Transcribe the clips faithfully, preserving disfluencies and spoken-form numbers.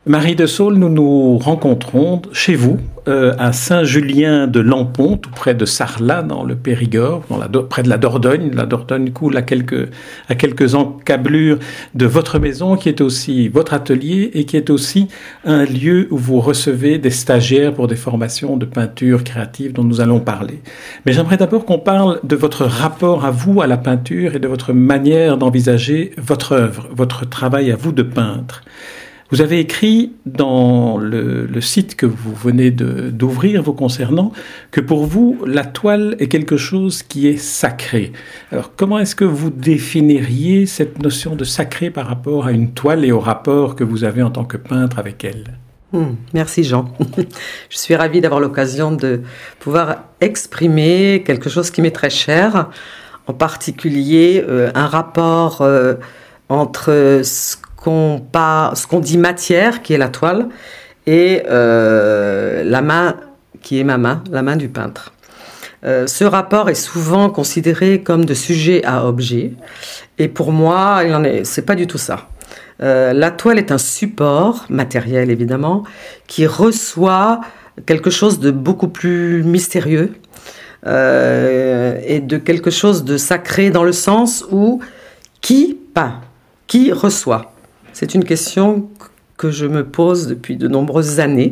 Marie de Saulles, nous nous rencontrons chez vous, euh, à Saint-Julien de Lampont, tout près de Sarlat, dans le Périgord, dans la, près de la Dordogne. La Dordogne coule à quelques, à quelques encablures de votre maison, qui est aussi votre atelier et qui est aussi un lieu où vous recevez des stagiaires pour des formations de peinture créative dont nous allons parler. Mais j'aimerais d'abord qu'on parle de votre rapport à vous, à la peinture, et de votre manière d'envisager votre œuvre, votre travail à vous de peintre. Vous avez écrit dans le, le site que vous venez de, d'ouvrir vous concernant que pour vous, la toile est quelque chose qui est sacré. Alors, comment est-ce que vous définiriez cette notion de sacré par rapport à une toile et au rapport que vous avez en tant que peintre avec elle ? Mmh, merci Jean. Je suis ravie d'avoir l'occasion de pouvoir exprimer quelque chose qui m'est très cher, en particulier euh, un rapport euh, entre ce qu'on, pas, ce qu'on dit matière, qui est la toile, et euh, la main, qui est ma main, la main du peintre. Euh, ce rapport est souvent considéré comme de sujet à objet, et pour moi, il en est, c'est pas du tout ça. Euh, la toile est un support, matériel évidemment, qui reçoit quelque chose de beaucoup plus mystérieux, euh, et de quelque chose de sacré dans le sens où qui peint, qui reçoit. C'est une question que je me pose depuis de nombreuses années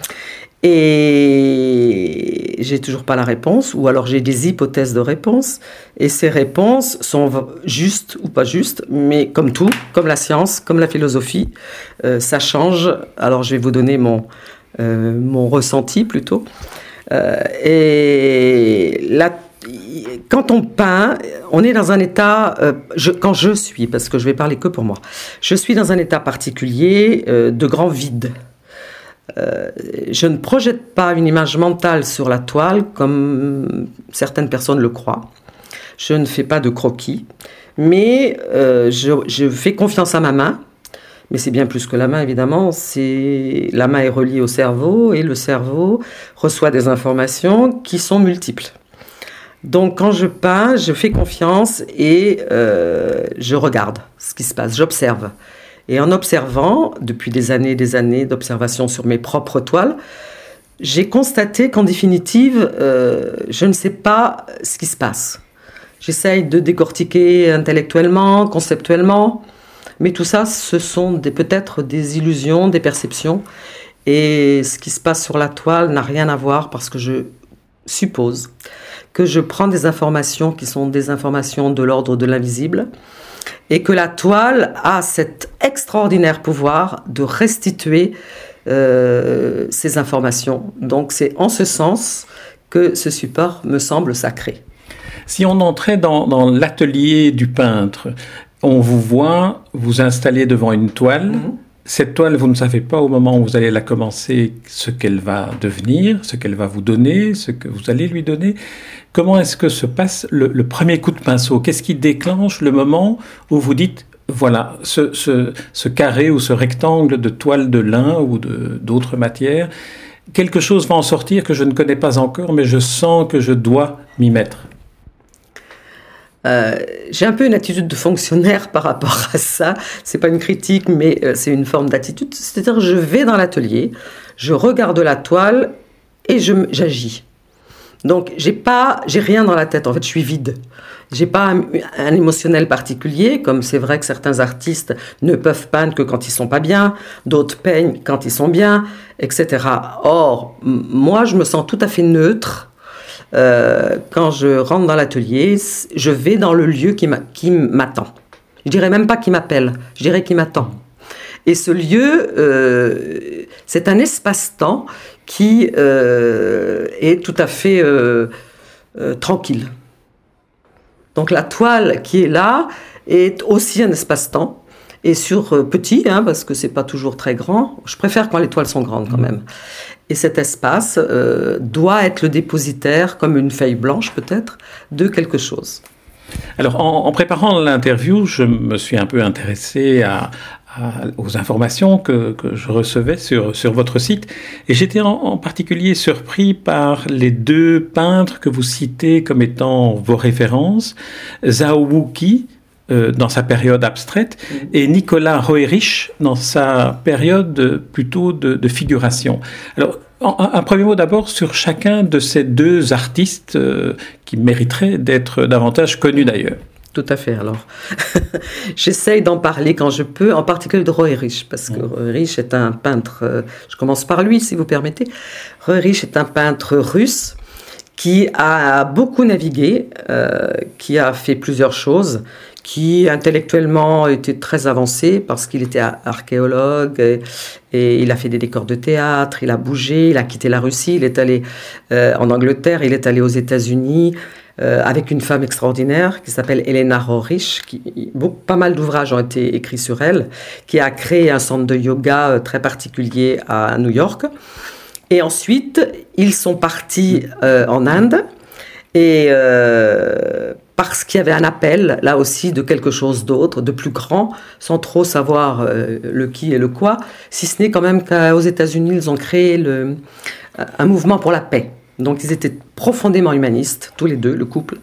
et j'ai toujours pas la réponse, ou alors j'ai des hypothèses de réponse, et ces réponses sont justes ou pas justes, mais comme tout, comme la science, comme la philosophie, euh, ça change. Alors je vais vous donner mon, euh, mon ressenti plutôt. Euh, et la Quand on peint, on est dans un état, euh, je, quand je suis, parce que je vais parler que pour moi, je suis dans un état particulier euh, de grand vide. Euh, je ne projette pas une image mentale sur la toile comme certaines personnes le croient. Je ne fais pas de croquis, mais euh, je, je fais confiance à ma main. Mais c'est bien plus que la main, évidemment. C'est... La main est reliée au cerveau et le cerveau reçoit des informations qui sont multiples. Donc, quand je peins, je fais confiance et euh, je regarde ce qui se passe, j'observe. Et en observant, depuis des années et des années d'observation sur mes propres toiles, j'ai constaté qu'en définitive, euh, je ne sais pas ce qui se passe. J'essaye de décortiquer intellectuellement, conceptuellement, mais tout ça, ce sont des, peut-être des illusions, des perceptions. Et ce qui se passe sur la toile n'a rien à voir parce que je suppose que je prends des informations qui sont des informations de l'ordre de l'invisible et que la toile a cet extraordinaire pouvoir de restituer euh, ces informations. Donc c'est en ce sens que ce support me semble sacré. Si on entrait dans, dans l'atelier du peintre, on vous voit vous installer devant une toile. Mm-hmm. Cette toile, vous ne savez pas au moment où vous allez la commencer ce qu'elle va devenir, ce qu'elle va vous donner, ce que vous allez lui donner. Comment est-ce que se passe le, le premier coup de pinceau ? Qu'est-ce qui déclenche le moment où vous dites, voilà, ce, ce, ce carré ou ce rectangle de toile de lin ou de, d'autres matières, quelque chose va en sortir que je ne connais pas encore, mais je sens que je dois m'y mettre. Euh, j'ai un peu une attitude de fonctionnaire par rapport à ça. C'est pas une critique, mais euh, c'est une forme d'attitude. C'est-à-dire, je vais dans l'atelier, je regarde la toile et je, j'agis. Donc, j'ai pas, j'ai rien dans la tête. En fait, je suis vide. J'ai pas un, un émotionnel particulier, comme c'est vrai que certains artistes ne peuvent peindre que quand ils sont pas bien, d'autres peignent quand ils sont bien, et cetera. Or, m- moi, je me sens tout à fait neutre. Euh, quand je rentre dans l'atelier, je vais dans le lieu qui, m'a, qui m'attend. Je dirais même pas qui m'appelle, je dirais qui m'attend. Et ce lieu, euh, c'est un espace-temps qui euh, est tout à fait euh, euh, tranquille. Donc la toile qui est là est aussi un espace-temps. Et sur euh, petit, hein, parce que c'est pas toujours très grand, je préfère quand les toiles sont grandes quand même. Et cet espace euh, doit être le dépositaire, comme une feuille blanche peut-être, de quelque chose. Alors, en, en préparant l'interview, je me suis un peu intéressé à, à, aux informations que, que je recevais sur, sur votre site. Et j'étais en, en particulier surpris par les deux peintres que vous citez comme étant vos références, Zhao Wuqi euh, dans sa période abstraite, et Nicolas Roerich dans sa période plutôt de, de figuration. Alors, un, un premier mot d'abord sur chacun de ces deux artistes euh, qui mériteraient d'être davantage connus d'ailleurs. Tout à fait, alors. J'essaye d'en parler quand je peux, en particulier de Roerich, parce que Roerich est un peintre, euh, je commence par lui si vous permettez. Roerich est un peintre russe qui a beaucoup navigué, euh, qui a fait plusieurs choses, qui intellectuellement était très avancé parce qu'il était archéologue et, et il a fait des décors de théâtre, il a bougé, il a quitté la Russie, il est allé euh, en Angleterre, il est allé aux États-Unis euh, avec une femme extraordinaire qui s'appelle Elena Roerich, qui beaucoup, pas mal d'ouvrages ont été écrits sur elle, qui a créé un centre de yoga euh, très particulier à New York. Et ensuite, ils sont partis euh, en Inde et euh, parce qu'il y avait un appel, là aussi, de quelque chose d'autre, de plus grand, sans trop savoir euh, le qui et le quoi, si ce n'est quand même qu'aux États-Unis, ils ont créé le, un mouvement pour la paix. Donc, ils étaient profondément humanistes, tous les deux, le couple.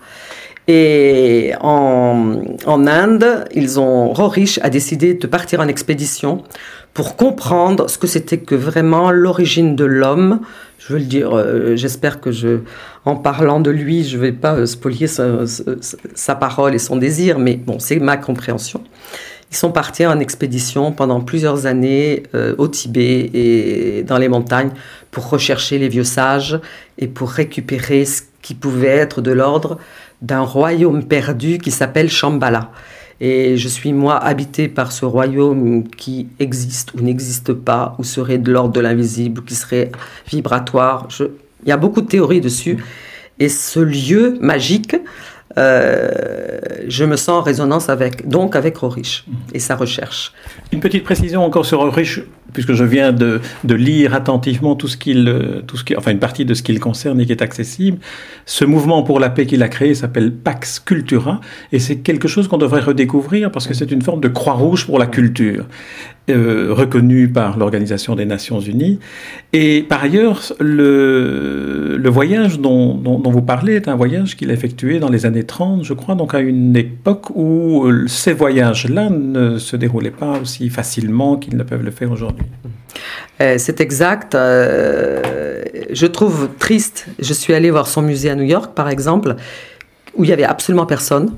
Et en, en Inde, ils ont, Roerich a décidé de partir en expédition pour comprendre ce que c'était que vraiment l'origine de l'homme. Je veux le dire, euh, j'espère que je, en parlant de lui, je ne vais pas euh, spolier sa, sa, sa parole et son désir, mais bon, c'est ma compréhension. Ils sont partis en expédition pendant plusieurs années euh, au Tibet et dans les montagnes pour rechercher les vieux sages et pour récupérer ce qui pouvait être de l'ordre d'un royaume perdu qui s'appelle Shambhala. Et je suis, moi, habitée par ce royaume qui existe ou n'existe pas, ou serait de l'ordre de l'invisible, ou qui serait vibratoire. Je... Il y a beaucoup de théories dessus. Et ce lieu magique, euh, je me sens en résonance avec, donc avec Roerich et sa recherche. Une petite précision encore sur Roerich, puisque je viens de, de lire attentivement tout ce qu'il, tout ce qui, enfin une partie de ce qu'il concerne et qui est accessible. Ce mouvement pour la paix qu'il a créé s'appelle Pax Cultura, et c'est quelque chose qu'on devrait redécouvrir parce que c'est une forme de croix-rouge pour la culture, euh, reconnue par l'Organisation des Nations Unies. Et par ailleurs, le, le voyage dont, dont, dont vous parlez est un voyage qu'il a effectué dans les années trente, je crois, donc à une époque où ces voyages-là ne se déroulaient pas aussi facilement qu'ils ne peuvent le faire aujourd'hui. Euh, c'est exact. Euh, je trouve triste. Je suis allée voir son musée à New York, par exemple, où il n'y avait absolument personne.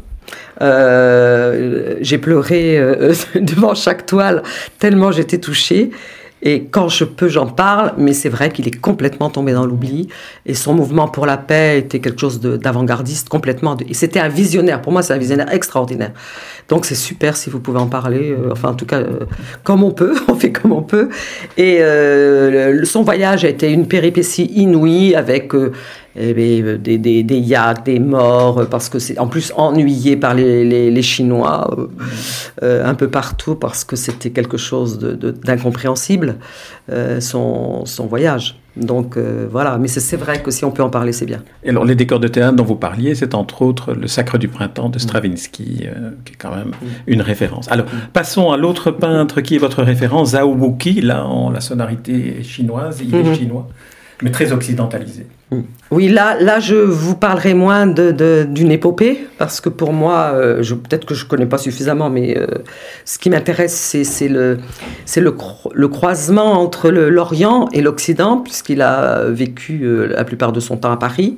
Euh, j'ai pleuré euh, devant chaque toile, tellement j'étais touchée. Et quand je peux, j'en parle, mais c'est vrai qu'il est complètement tombé dans l'oubli. Et son mouvement pour la paix était quelque chose de, d'avant-gardiste, complètement. De, et c'était un visionnaire. Pour moi, c'est un visionnaire extraordinaire. Donc, c'est super si vous pouvez en parler. Euh, enfin, en tout cas, euh, comme on peut. On fait comme on peut. Et euh, le, son voyage a été une péripétie inouïe avec... Euh, Eh bien, des, des, des yachts, des morts, parce que c'est en plus ennuyé par les, les, les Chinois euh, euh, un peu partout, parce que c'était quelque chose de, de, d'incompréhensible, euh, son, son voyage. Donc euh, voilà, mais c'est, c'est vrai que si on peut en parler, c'est bien. Et alors, les décors de théâtre dont vous parliez, c'est entre autres le Sacre du Printemps de Stravinsky, euh, qui est quand même une référence. Alors, passons à l'autre peintre qui est votre référence, Zhao Wuqi. Là, en, la sonorité est chinoise, il est mm-hmm. chinois, mais très occidentalisé. Oui, là, là, je vous parlerai moins de, de, d'une épopée, parce que pour moi, euh, je, peut-être que je ne connais pas suffisamment, mais euh, ce qui m'intéresse, c'est, c'est, le, c'est le, cro- le croisement entre le, l'Orient et l'Occident, puisqu'il a vécu euh, la plupart de son temps à Paris.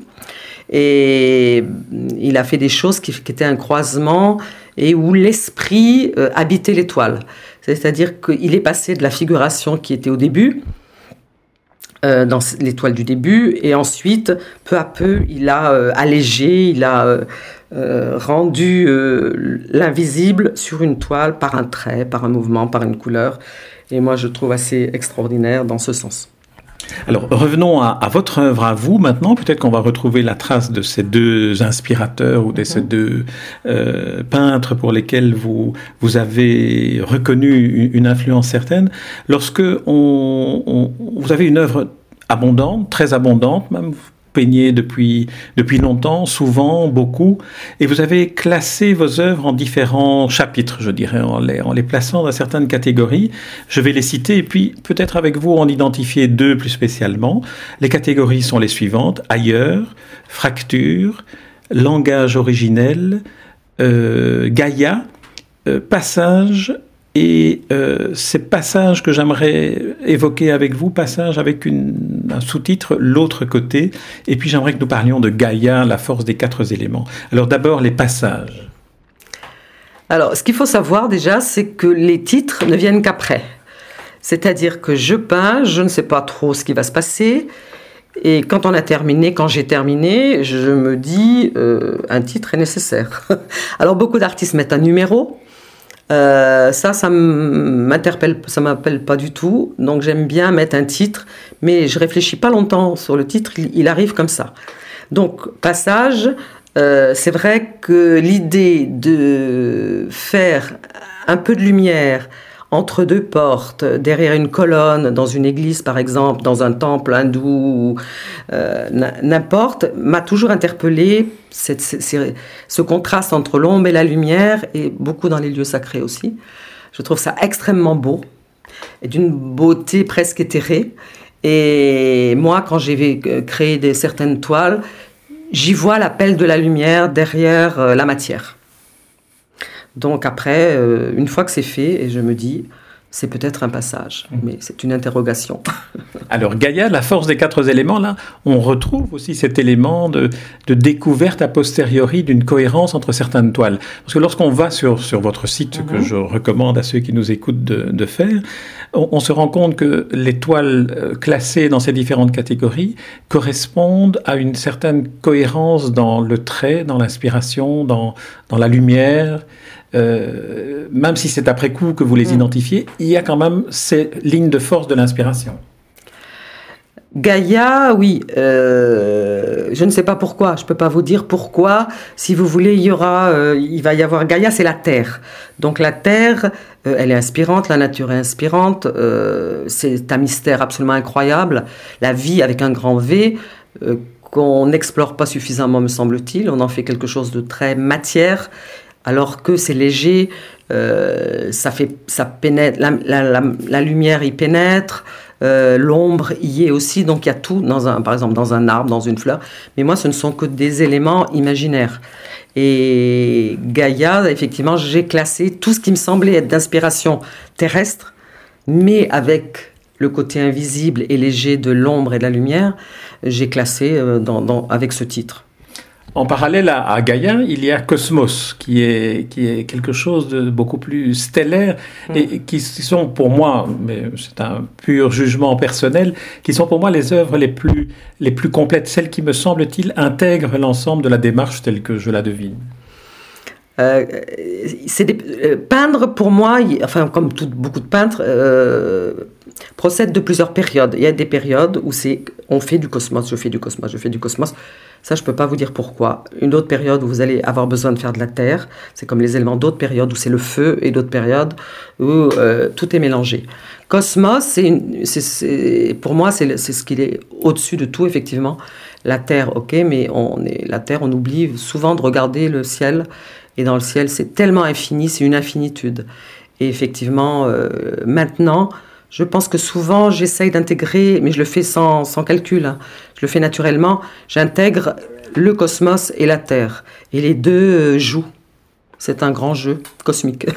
Et il a fait des choses qui, qui étaient un croisement et où l'esprit euh, habitait l'étoile. C'est-à-dire qu'il est passé de la figuration qui était au début, dans l'étoile du début, et ensuite, peu à peu, il a euh, allégé, il a euh, euh, rendu euh, l'invisible sur une toile par un trait, par un mouvement, par une couleur. Et moi, je trouve assez extraordinaire dans ce sens. Alors, revenons à, à votre œuvre, à vous, maintenant. Peut-être qu'on va retrouver la trace de ces deux inspirateurs ou de ces deux euh, peintres pour lesquels vous, vous avez reconnu une, une influence certaine. Lorsque on, on, vous avez une œuvre abondante, très abondante même, vous peignez depuis, depuis longtemps, souvent, beaucoup, et vous avez classé vos œuvres en différents chapitres, je dirais, en les, en les plaçant dans certaines catégories. Je vais les citer, et puis peut-être avec vous en identifier deux plus spécialement. Les catégories sont les suivantes: ailleurs, fracture, langage originel, euh, Gaïa, euh, passage. Et euh, ces passages que j'aimerais évoquer avec vous, passages avec une, un sous-titre, l'autre côté. Et puis j'aimerais que nous parlions de Gaïa, la force des quatre éléments. Alors d'abord, les passages. Alors, ce qu'il faut savoir déjà, c'est que les titres ne viennent qu'après. C'est-à-dire que je peins, je ne sais pas trop ce qui va se passer. Et quand on a terminé, quand j'ai terminé, je me dis, euh, un titre est nécessaire. Alors, beaucoup d'artistes mettent un numéro. Euh, ça, ça m'interpelle, ça m'appelle pas du tout. Donc j'aime bien mettre un titre, mais je réfléchis pas longtemps sur le titre. Il, il arrive comme ça. Donc passage, euh, c'est vrai que l'idée de faire un peu de lumière entre deux portes, derrière une colonne, dans une église par exemple, dans un temple hindou, euh, n'importe, m'a toujours interpellée. C'est, c'est, c'est, ce contraste entre l'ombre et la lumière, et beaucoup dans les lieux sacrés aussi. Je trouve ça extrêmement beau, et d'une beauté presque éthérée. Et moi, quand j'ai créé des, certaines toiles, j'y vois l'appel de la lumière derrière euh, la matière. Donc après, euh, une fois que c'est fait, et je me dis, c'est peut-être un passage, mais c'est une interrogation. Alors Gaïa, la force des quatre éléments, là, on retrouve aussi cet élément de, de découverte a posteriori d'une cohérence entre certaines toiles. Parce que lorsqu'on va sur, sur votre site, mm-hmm. que je recommande à ceux qui nous écoutent de, de faire, on, on se rend compte que les toiles classées dans ces différentes catégories correspondent à une certaine cohérence dans le trait, dans l'inspiration, dans, dans la lumière. Euh, même si c'est après coup que vous les mmh. identifiez, il y a quand même ces lignes de force de l'inspiration. Gaïa, oui. Euh, je ne sais pas pourquoi. Je ne peux pas vous dire pourquoi. Si vous voulez, il y aura, euh, il va y avoir Gaïa, c'est la terre. Donc la terre, euh, elle est inspirante, la nature est inspirante. Euh, c'est un mystère absolument incroyable. La vie avec un grand V. Euh, qu'on n'explore pas suffisamment, me semble-t-il. On en fait quelque chose de très matière. Alors que c'est léger, euh, ça fait, ça pénètre, la, la, la, la lumière y pénètre, euh, l'ombre y est aussi, donc il y a tout, dans un, par exemple dans un arbre, dans une fleur. Mais moi, ce ne sont que des éléments imaginaires. Et Gaïa, effectivement, j'ai classé tout ce qui me semblait être d'inspiration terrestre, mais avec le côté invisible et léger de l'ombre et de la lumière, j'ai classé dans, dans, avec ce titre. En parallèle à, à Gaïa, il y a Cosmos, qui est, qui est quelque chose de beaucoup plus stellaire, mmh. et qui sont pour moi, mais c'est un pur jugement personnel, qui sont pour moi les œuvres les plus, les plus complètes, celles qui, me semble-t-il, intègrent l'ensemble de la démarche telle que je la devine. Euh, c'est des, euh, peindre, pour moi, y, enfin, comme tout, beaucoup de peintres, euh, procède de plusieurs périodes. Il y a des périodes où c'est, on fait du cosmos, je fais du cosmos, je fais du cosmos. Ça, je ne peux pas vous dire pourquoi. Une autre période où vous allez avoir besoin de faire de la terre, c'est comme les éléments d'autres périodes où c'est le feu, et d'autres périodes où euh, tout est mélangé. Cosmos, c'est une, c'est, c'est, pour moi, c'est, c'est ce qui est au-dessus de tout, effectivement. La terre, ok, mais on est, la terre, on oublie souvent de regarder le ciel. Et dans le ciel, c'est tellement infini, c'est une infinitude. Et effectivement, euh, maintenant, je pense que souvent, j'essaye d'intégrer, mais je le fais sans, sans calcul, hein, je le fais naturellement, j'intègre le cosmos et la Terre. Et les deux euh, jouent. C'est un grand jeu cosmique.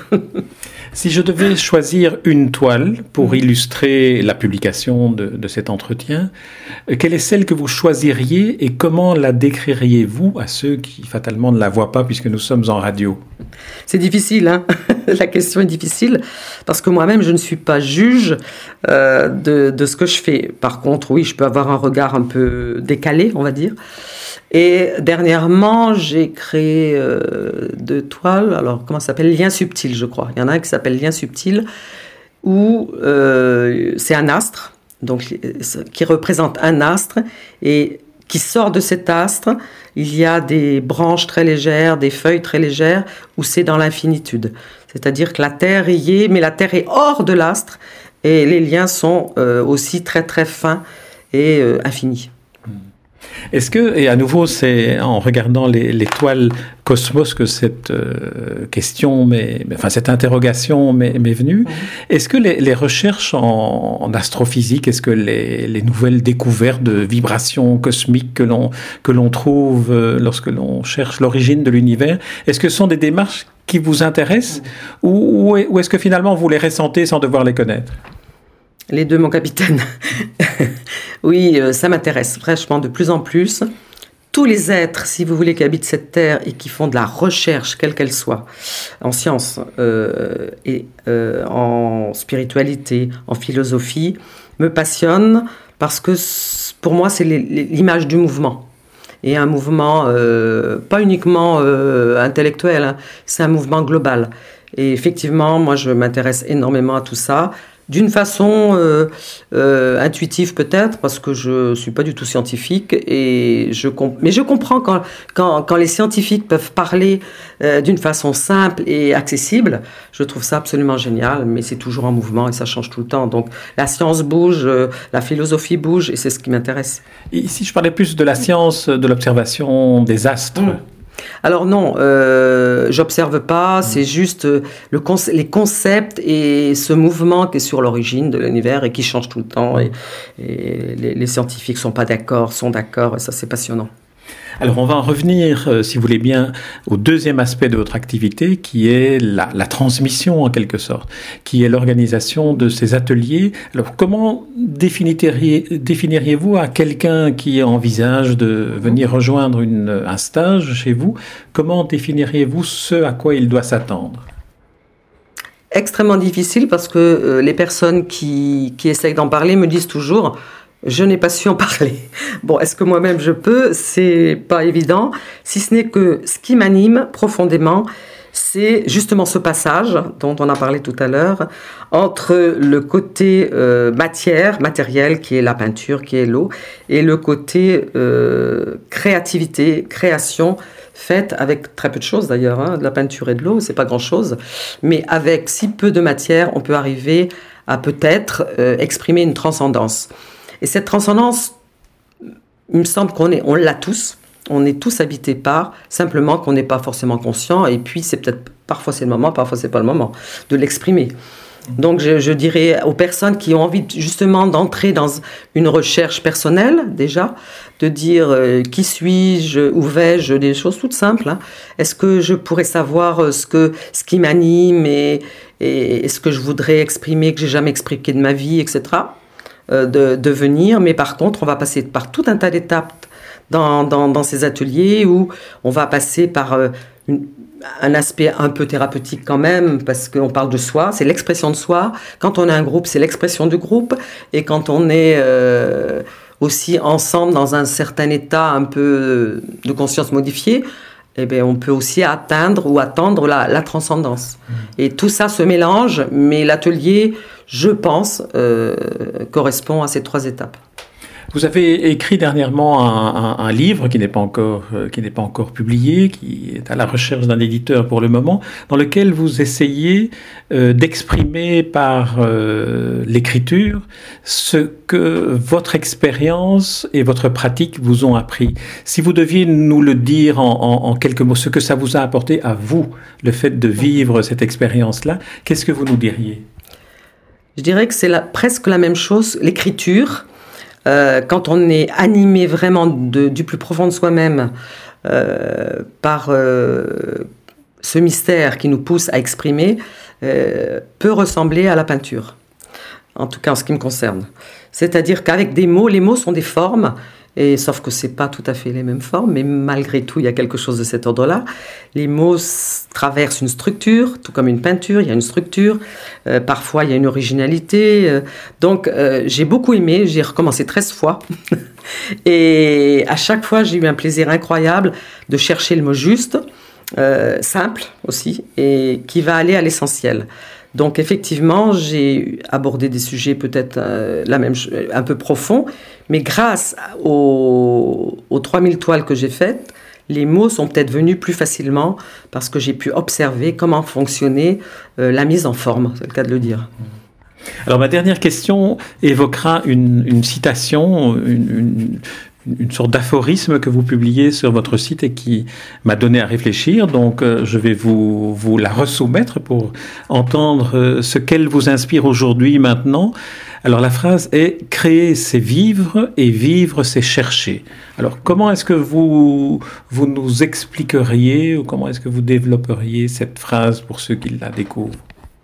Si je devais choisir une toile pour illustrer la publication de, de cet entretien, quelle est celle que vous choisiriez et comment la décririez-vous à ceux qui fatalement ne la voient pas puisque nous sommes en radio? C'est difficile, hein. La question est difficile parce que moi-même je ne suis pas juge euh, de, de ce que je fais. Par contre, oui, je peux avoir un regard un peu décalé, on va dire. Et dernièrement, j'ai créé euh, deux toiles. Alors, comment ça s'appelle? Lien subtil, je crois. Il y en a un qui s'appelle Lien subtil, où euh, c'est un astre, donc qui représente un astre, et qui sort de cet astre. Il y a des branches très légères, des feuilles très légères, où c'est dans l'infinitude. C'est-à-dire que la Terre y est, mais la Terre est hors de l'astre, et les liens sont euh, aussi très très fins et euh, infinis. Est-ce que, et à nouveau, c'est en regardant les, les toiles Cosmos que cette euh, question, mais, enfin cette interrogation m'est, m'est venue. Mmh. Est-ce que les, les recherches en, en astrophysique, est-ce que les, les nouvelles découvertes de vibrations cosmiques que l'on, que l'on trouve euh, lorsque l'on cherche l'origine de l'univers, est-ce que ce sont des démarches qui vous intéressent, ou, ou est-ce que finalement vous les ressentez sans devoir les connaître? Les deux, mon capitaine. Oui, ça m'intéresse franchement de plus en plus. Tous les êtres, si vous voulez, qui habitent cette terre et qui font de la recherche, quelle qu'elle soit, en sciences euh, et euh, en spiritualité, en philosophie, me passionnent parce que pour moi, c'est l'image du mouvement. Et un mouvement, euh, pas uniquement euh, intellectuel, hein, c'est un mouvement global. Et effectivement, moi, je m'intéresse énormément à tout ça. D'une façon euh, euh, intuitive peut-être, parce que je ne suis pas du tout scientifique, et je comp- mais je comprends quand, quand, quand les scientifiques peuvent parler euh, d'une façon simple et accessible. Je trouve ça absolument génial, mais c'est toujours en mouvement et ça change tout le temps. Donc la science bouge, euh, la philosophie bouge, et c'est ce qui m'intéresse. Et si je parlais plus de la science de l'observation des astres mmh. Alors non, euh, j'observe pas, mmh. c'est juste le conce- les concepts et ce mouvement qui est sur l'origine de l'univers et qui change tout le temps. Et, et les, les scientifiques sont pas d'accord, sont d'accord, et ça c'est passionnant. Alors on va en revenir, euh, si vous voulez bien, au deuxième aspect de votre activité, qui est la, la transmission en quelque sorte, qui est l'organisation de ces ateliers. Alors comment définiriez, définiriez-vous à quelqu'un qui envisage de venir rejoindre une, un stage chez vous, comment définiriez-vous ce à quoi il doit s'attendre ? Extrêmement difficile parce que euh, les personnes qui, qui essayent d'en parler me disent toujours... Je n'ai pas su en parler. Bon, est-ce que moi-même je peux ? C'est pas évident. Si ce n'est que ce qui m'anime profondément, c'est justement ce passage dont on a parlé tout à l'heure, entre le côté euh, matière, matériel, qui est la peinture, qui est l'eau, et le côté euh, créativité, création, faite avec très peu de choses d'ailleurs, hein, de la peinture et de l'eau, c'est pas grand-chose, mais avec si peu de matière, on peut arriver à peut-être euh, exprimer une transcendance. Et cette transcendance, il me semble qu'on est, on l'a tous, on est tous habités par, simplement qu'on n'est pas forcément conscient, et puis c'est peut-être, parfois c'est le moment, parfois c'est pas le moment, de l'exprimer. Donc je, je dirais aux personnes qui ont envie justement d'entrer dans une recherche personnelle, déjà, de dire euh, qui suis-je, où vais-je, des choses toutes simples. Hein. Est-ce que je pourrais savoir ce, que, ce qui m'anime et, et, et ce que je voudrais exprimer, que j'ai jamais exprimé de ma vie, et cetera De, de venir, mais par contre, on va passer par tout un tas d'étapes dans, dans, dans ces ateliers où on va passer par euh, une, un aspect un peu thérapeutique quand même, parce qu'on parle de soi, c'est l'expression de soi. Quand on a un groupe, c'est l'expression du groupe. Et quand on est euh, aussi ensemble dans un certain état un peu de conscience modifiée, eh bien, on peut aussi atteindre ou attendre la, la transcendance. Mmh. Et tout ça se mélange, mais l'atelier, je pense, euh, correspond à ces trois étapes. Vous avez écrit dernièrement un, un, un livre qui n'est pas encore, euh, qui n'est pas encore publié, qui est à la recherche d'un éditeur pour le moment, dans lequel vous essayez euh, d'exprimer par euh, l'écriture ce que votre expérience et votre pratique vous ont appris. Si vous deviez nous le dire en, en, en quelques mots, ce que ça vous a apporté à vous, le fait de vivre cette expérience-là, qu'est-ce que vous nous diriez ? Je dirais que c'est la, presque la même chose, l'écriture. Euh, quand on est animé vraiment de, du plus profond de soi-même euh, par euh, ce mystère qui nous pousse à exprimer, euh, peut ressembler à la peinture, en tout cas en ce qui me concerne. C'est-à-dire qu'avec des mots, les mots sont des formes, et, sauf que ce n'est pas tout à fait les mêmes formes, mais malgré tout, il y a quelque chose de cet ordre-là. Les mots s- traversent une structure, tout comme une peinture, il y a une structure. Euh, parfois, il y a une originalité. Euh, donc, euh, j'ai beaucoup aimé, j'ai recommencé treize fois. Et à chaque fois, j'ai eu un plaisir incroyable de chercher le mot juste, euh, simple aussi, et qui va aller à l'essentiel. Donc effectivement, j'ai abordé des sujets peut-être euh, la même, un peu profonds, mais grâce aux, aux trois mille toiles que j'ai faites, les mots sont peut-être venus plus facilement parce que j'ai pu observer comment fonctionnait euh, la mise en forme, c'est le cas de le dire. Alors ma dernière question évoquera une, une citation, une, une, une sorte d'aphorisme que vous publiez sur votre site et qui m'a donné à réfléchir. Donc euh, je vais vous, vous la resoumettre pour entendre euh, ce qu'elle vous inspire aujourd'hui, maintenant. Alors la phrase est « créer, c'est vivre et vivre, c'est chercher ». Alors comment est-ce que vous, vous nous expliqueriez ou comment est-ce que vous développeriez cette phrase pour ceux qui la découvrent ?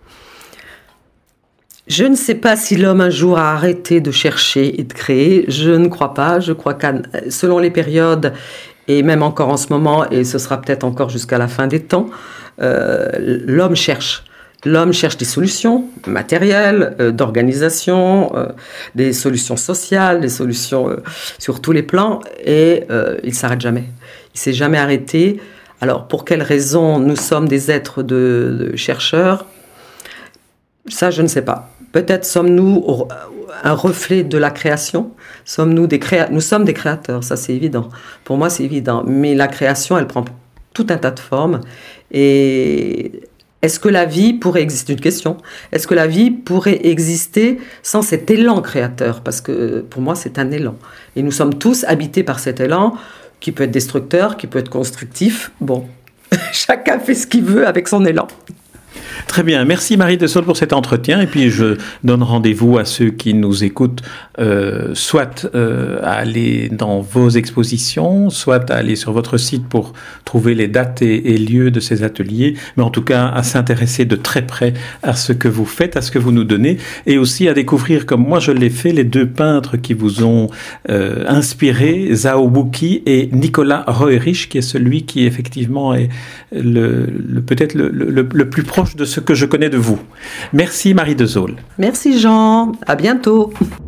Je ne sais pas si l'homme un jour a arrêté de chercher et de créer. Je ne crois pas. Je crois que selon les périodes, et même encore en ce moment, et ce sera peut-être encore jusqu'à la fin des temps, euh, l'homme cherche. L'homme cherche des solutions matérielles, euh, d'organisation, euh, des solutions sociales, des solutions euh, sur tous les plans, et euh, il ne s'arrête jamais. Il ne s'est jamais arrêté. Alors, pour quelles raisons nous sommes des êtres de, de chercheurs ? Ça, je ne sais pas. Peut-être sommes-nous un reflet de la création. Sommes-nous des créa- Nous sommes des créateurs, ça c'est évident. Pour moi, c'est évident. Mais la création, elle prend tout un tas de formes. Et est-ce que la vie pourrait exister ? Une question. Est-ce que la vie pourrait exister sans cet élan créateur ? Parce que pour moi, c'est un élan. Et nous sommes tous habités par cet élan qui peut être destructeur, qui peut être constructif. Bon, chacun fait ce qu'il veut avec son élan. Très bien, merci Marie de Saulles pour cet entretien et puis je donne rendez-vous à ceux qui nous écoutent euh, soit euh, à aller dans vos expositions, soit à aller sur votre site pour trouver les dates et, et lieux de ces ateliers, mais en tout cas à s'intéresser de très près à ce que vous faites, à ce que vous nous donnez et aussi à découvrir, comme moi je l'ai fait, les deux peintres qui vous ont euh, inspiré, Zhao Buqi et Nicolas Roerich, qui est celui qui effectivement est le, le, peut-être le, le, le plus proche de ce que je connais de vous. Merci Marie de Saulles. Merci Jean, à bientôt.